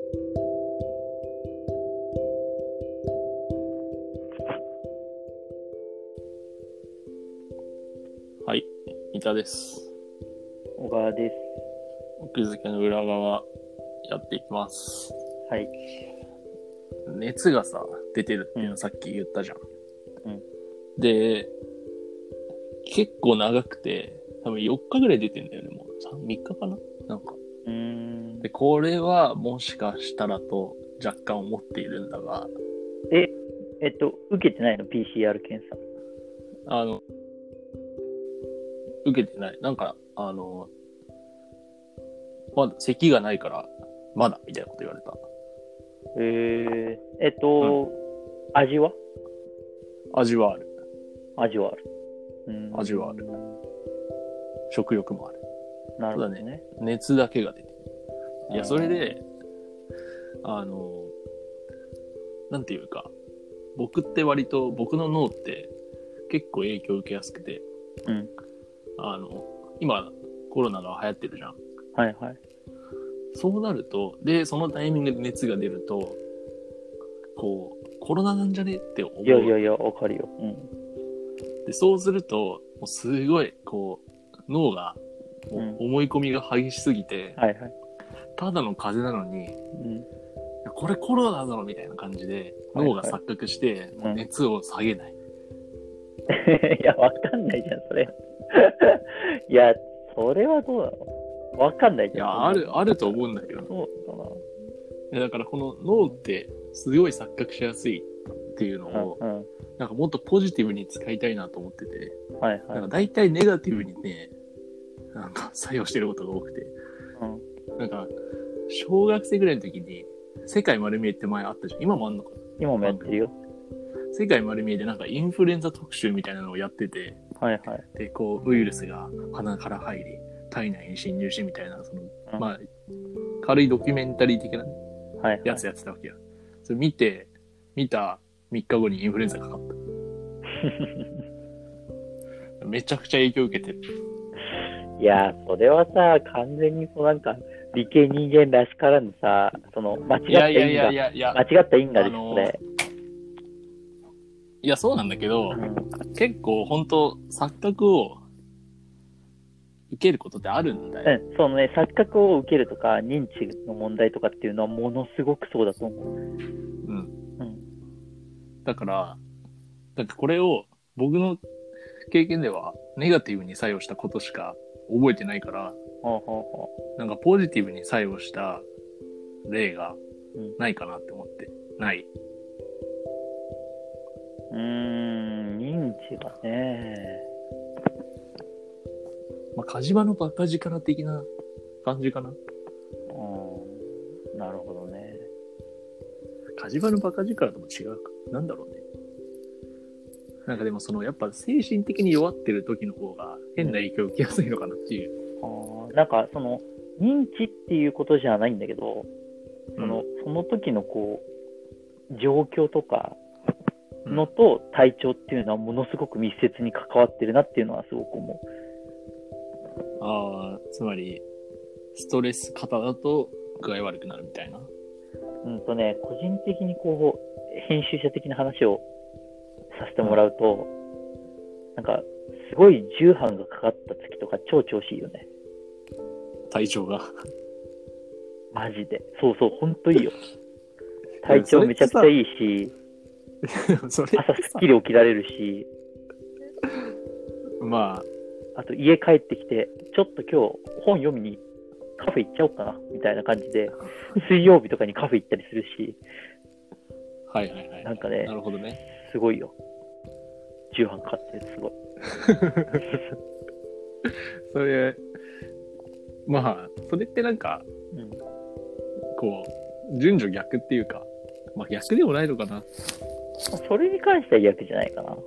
はい、三田です。 小川です。 奥付けの裏側やっていきます。 はい。 熱がさ、出てるっていうのさっき言ったじゃん。 うん。 で、結構長くて、多分4日ぐらい出てんだよね、もう。3日かななんか。で、これはもしかしたらと若干思っているんだが。 受けてないの ?PCR 検査。 受けてない。なんか、まだ咳がないから、まだ、みたいなこと言われた。 味は味はある。 味はある。 味はある。食欲もある。 なるほどね。 熱だけが出てる。いや、それで、なんていうか、僕の脳って結構影響を受けやすくて、 うん。 今、コロナが流行ってるじゃん。 はいはい。 そうなると、で、そのタイミングで熱が出ると、こう、コロナなんじゃねって思う。 いや、わかるよ。うん。 で、そうすると、もうすごい、こう、脳が、思い込みが激しすぎて、 はいはい。 ただの風邪なのに、 うん。 これコロナだろみたいな感じで、脳が錯覚して、もう熱を下げない。 いや、わかんないじゃん、それ。いや、それはどうなの？わかんないじゃん。 いや、あると思うんだけど。 そうかな。 いや、だからこの脳ってすごい錯覚しやすいっていうのを、なんかもっとポジティブに使いたいなと思ってて、 はいはい。 なんか大体ネガティブにね、なんか作用してることが多くて、なんか小学生ぐらいの時に世界丸見えって前あったじゃん。今もあんのかな？ 今もやってるよ。 世界丸見えでなんかインフルエンザ特集みたいなのをやってて、 はいはい。 で、こうウイルスが鼻から入り、体内に侵入しみたいな、まあ、軽いドキュメンタリー的なやつやってたわけよ。それ見た3日後にインフルエンザかかった。めちゃくちゃ影響受けてる。 いや、それはさ、完全になんか、理系人間らしからぬさ、間違った因果です、これ。 いや、そうなんだけど、結構本当錯覚を受けることってあるんだよ。 そのね、錯覚を受けるとか、認知の問題とかっていうのはものすごくそうだと思う。 だからこれを僕の経験ではネガティブに作用したことしか覚えてないから、なんかポジティブに作用した例がないかなって思って、ない。 認知がね。 まあ、火事場のバカ力的な感じかな。 なるほどね。 火事場のバカ力とも違うか。なんだろうね。なんかでもやっぱ精神的に弱ってる時の方が変な影響を受けやすいのかなっていう。 なんか認知っていうことじゃないんだけど、その時の状況とかのと体調っていうのはものすごく密接に関わってるなっていうのはすごく思う。 つまりストレス型だと具合悪くなるみたいな。 個人的に編集者的な話をさせてもらうと、なんかすごい重版がかかった月とか超調子いいよね。 体調がマジで。そう、ほんといいよ。体調めちゃくちゃいいし、朝すっきり起きられるし、 まあと家帰ってきて、ちょっと今日本読みにカフェ行っちゃおうかな、みたいな感じで、水曜日とかにカフェ行ったりするし、 はい。 なんかね、 なるほどね。 すごいよ。重版かかってる、すごい。 それ、まあ、それってなんか、順序逆っていうか、まあ逆でもないのかな。 それに関しては逆じゃないかな。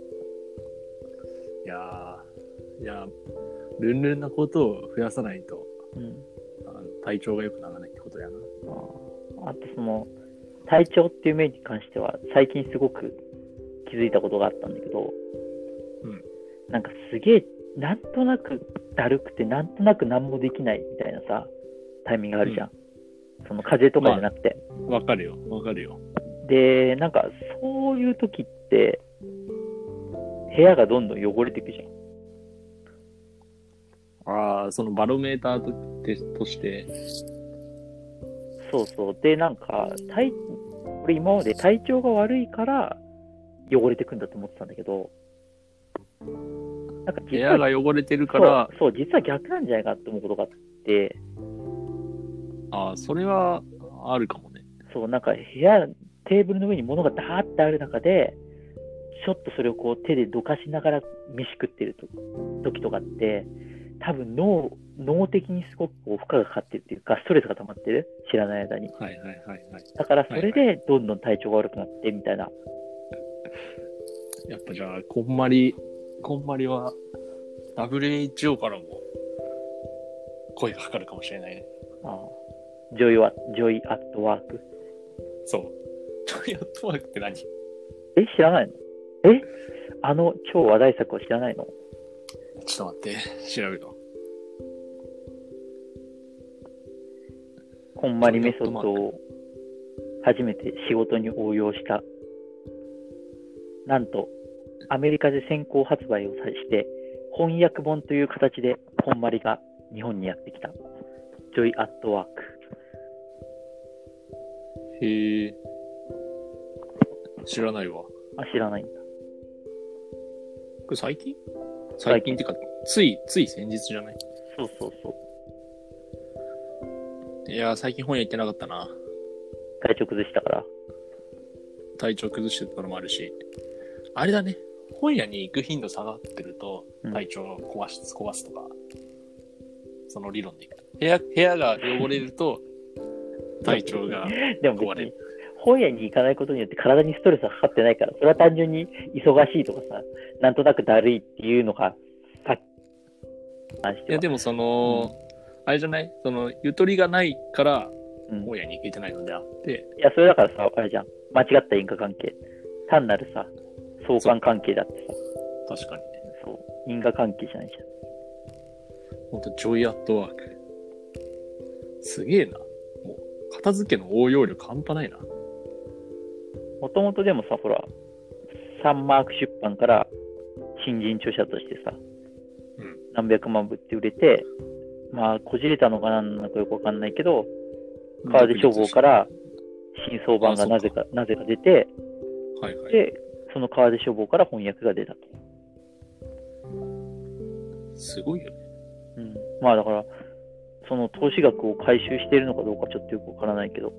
いや、ルンルンなことを増やさないと、体調が良くならないってことやな。 あと体調っていう面に関しては、最近すごく気づいたことがあったんだけど、なんかすげえ、なんとなくだるくて、なんとなく何もできないみたいなさ、タイミングがあるじゃん。 その風邪とかじゃなくて。 わかるよ。 で、なんか、そういう時って、部屋がどんどん汚れていくじゃん。 ああ、そのバロメーターとして。 そうそう。で、なんか、俺今まで体調が悪いから汚れてくんだと思ってたんだけど、なんか部屋が汚れてるから。 そう、実は逆なんじゃないかって思うことがあって、 ああ、それはあるかもね。 そう、なんかテーブルの上に物がダーってある中で、ちょっとそれをこう手でどかしながら飯食ってる時とかって、多分脳的にすごくこう負荷がかかってるっていうか、ストレスが溜まってる、知らない間に。 はい。 だからそれでどんどん体調が悪くなってみたいな。 やっぱじゃあ、こんまりは WHO からも声がかかるかもしれないね。 ああ、ジョイアットワーク。 そう。ジョイアットワークって何？ 知らないの？超話題作を知らないの？ ちょっと待って、調べろ。 こんまりメソッドを初めて仕事に応用した。なんと、アメリカで先行発売をして、翻訳本という形でこんまりが日本にやってきた。ジョイアットワーク。 へえ。知らないわ。 知らないんだ。 これ最近ってか、つい先日じゃない？ そうそうそう。 いやー、最近本屋行ってなかったな。 体調崩したから。 体調崩してたのもあるし。あれだね。本屋に行く頻度下がってると、体調を壊すとか、その理論でいく。部屋が汚れると、体調が壊れる。 本屋に行かないことによって体にストレスがかかってないから、それは単純に忙しいとかさ、なんとなくだるいっていうのが、 いや、でもあれじゃない？ゆとりがないから、本屋に行けてないのであって。 いや、それだからさ、あれじゃん。間違った因果関係。単なるさ、相関関係だってさ。確かにね。 そう。因果関係じゃないじゃん。 ほんと、ジョイアットワーク。すげえな。もう、片付けの応用力半端ないな。 もともとでもさ、ほら、サンマーク出版から新人著者としてさ、何百万部って売れて、まあ、こじれたのかなんなのかよくわかんないけど、川出書房から新装版がなぜか出て、で、その川出書房から翻訳が出たと。 すごいよね。 まあだから、その投資額を回収しているのかどうかちょっとよくわからないけど。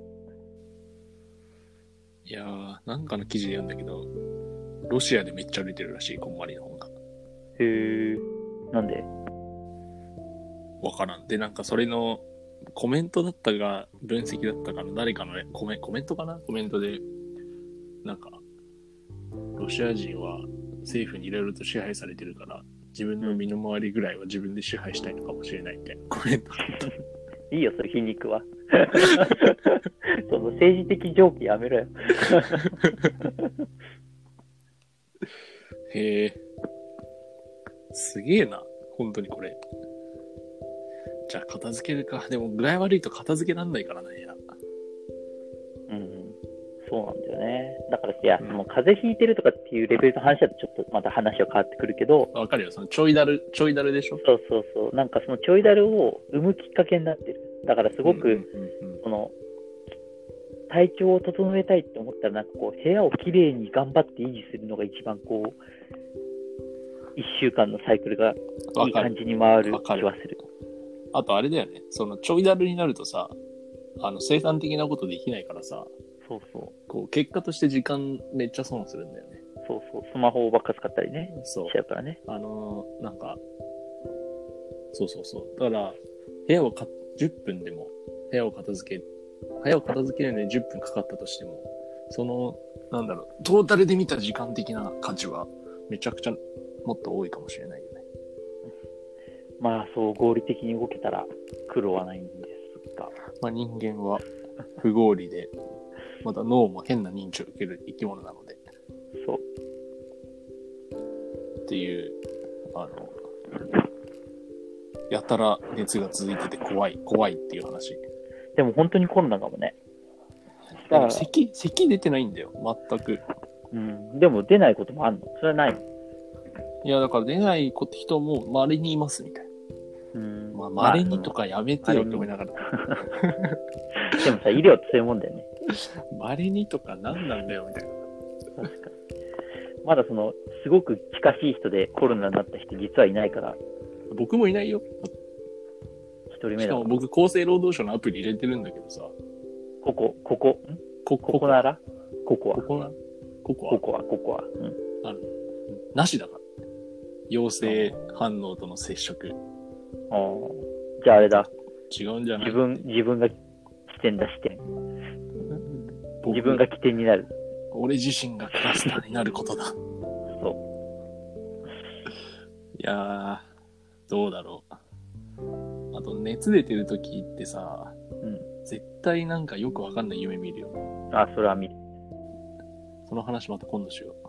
いやー、なんかの記事で読んだけど、ロシアでめっちゃ売れてるらしい、こんまりの本が。 へー。なんで？ わからん。で、なんかそれのコメントだったか、分析だったかの誰かのコメントかな？コメントで、なんか、ロシア人は政府にいろいろと支配されてるから、自分の身の回りぐらいは自分で支配したいのかもしれないみたいなコメントだった。 いいよ、それ皮肉は。その政治的上記やめろよ。 へえ。すげえな。本当にこれ。じゃあ片付けるか。でも具合悪いと片付けらんないからな、いや。 そうなんだよね。だから、いや、もう風邪ひいてるとかっていうレベルの話だとちょっとまた話は変わってくるけど。 わかるよ。そのちょいだるでしょ？ そう。なんかそのちょいだるを生むきっかけになってる。だからすごく、体調を整えたいって思ったら、なんかこう、部屋をきれいに頑張って維持するのが一番こう、一週間のサイクルがいい感じに回る気はする。 あとあれだよね。そのちょいだるになるとさ、生産的なことできないからさ、 そう。 こう、結果として時間めっちゃ損するんだよね。 そう。スマホばっか使ったりね。しちゃうからね。 なんか、そう。だから、10分でも部屋を片付けるのに10分かかったとしても、トータルで見た時間的な価値はめちゃくちゃもっと多いかもしれないよね。 まあ、そう合理的に動けたら苦労はないんですが。 まあ人間は不合理で、また脳も変な認知を受ける生き物なので。 そう。 っていう、やたら熱が続いてて怖いっていう話。 でも本当にコロナかもね。 だから咳出てないんだよ、全く。 うん。でも出ないこともあるの？それはないの？ いや、だから出ない人も稀にいますみたいな。まあ、稀にとかやめてよって思いながら。 でもさ、医療ってそういうもんだよね。 稀にとか何なんだよみたいな。 確かに。まだすごく近しい人でコロナになった人実はいないから。 僕もいないよ。 一人目だ。 しかも僕、厚生労働省のアプリ入れてるんだけどさ。 ここならここは。うん。 なしだから。陽性反応との接触。 じゃああれだ。 違うんじゃない？ 自分が起点だ、視点。自分が起点になる。 俺自身がクラスターになることだ。 そう。 いやー、どうだろう。あと、熱出てる時ってさ、絶対なんかよくわかんない夢見るよ。 あ、それは見る。 その話また今度しよう。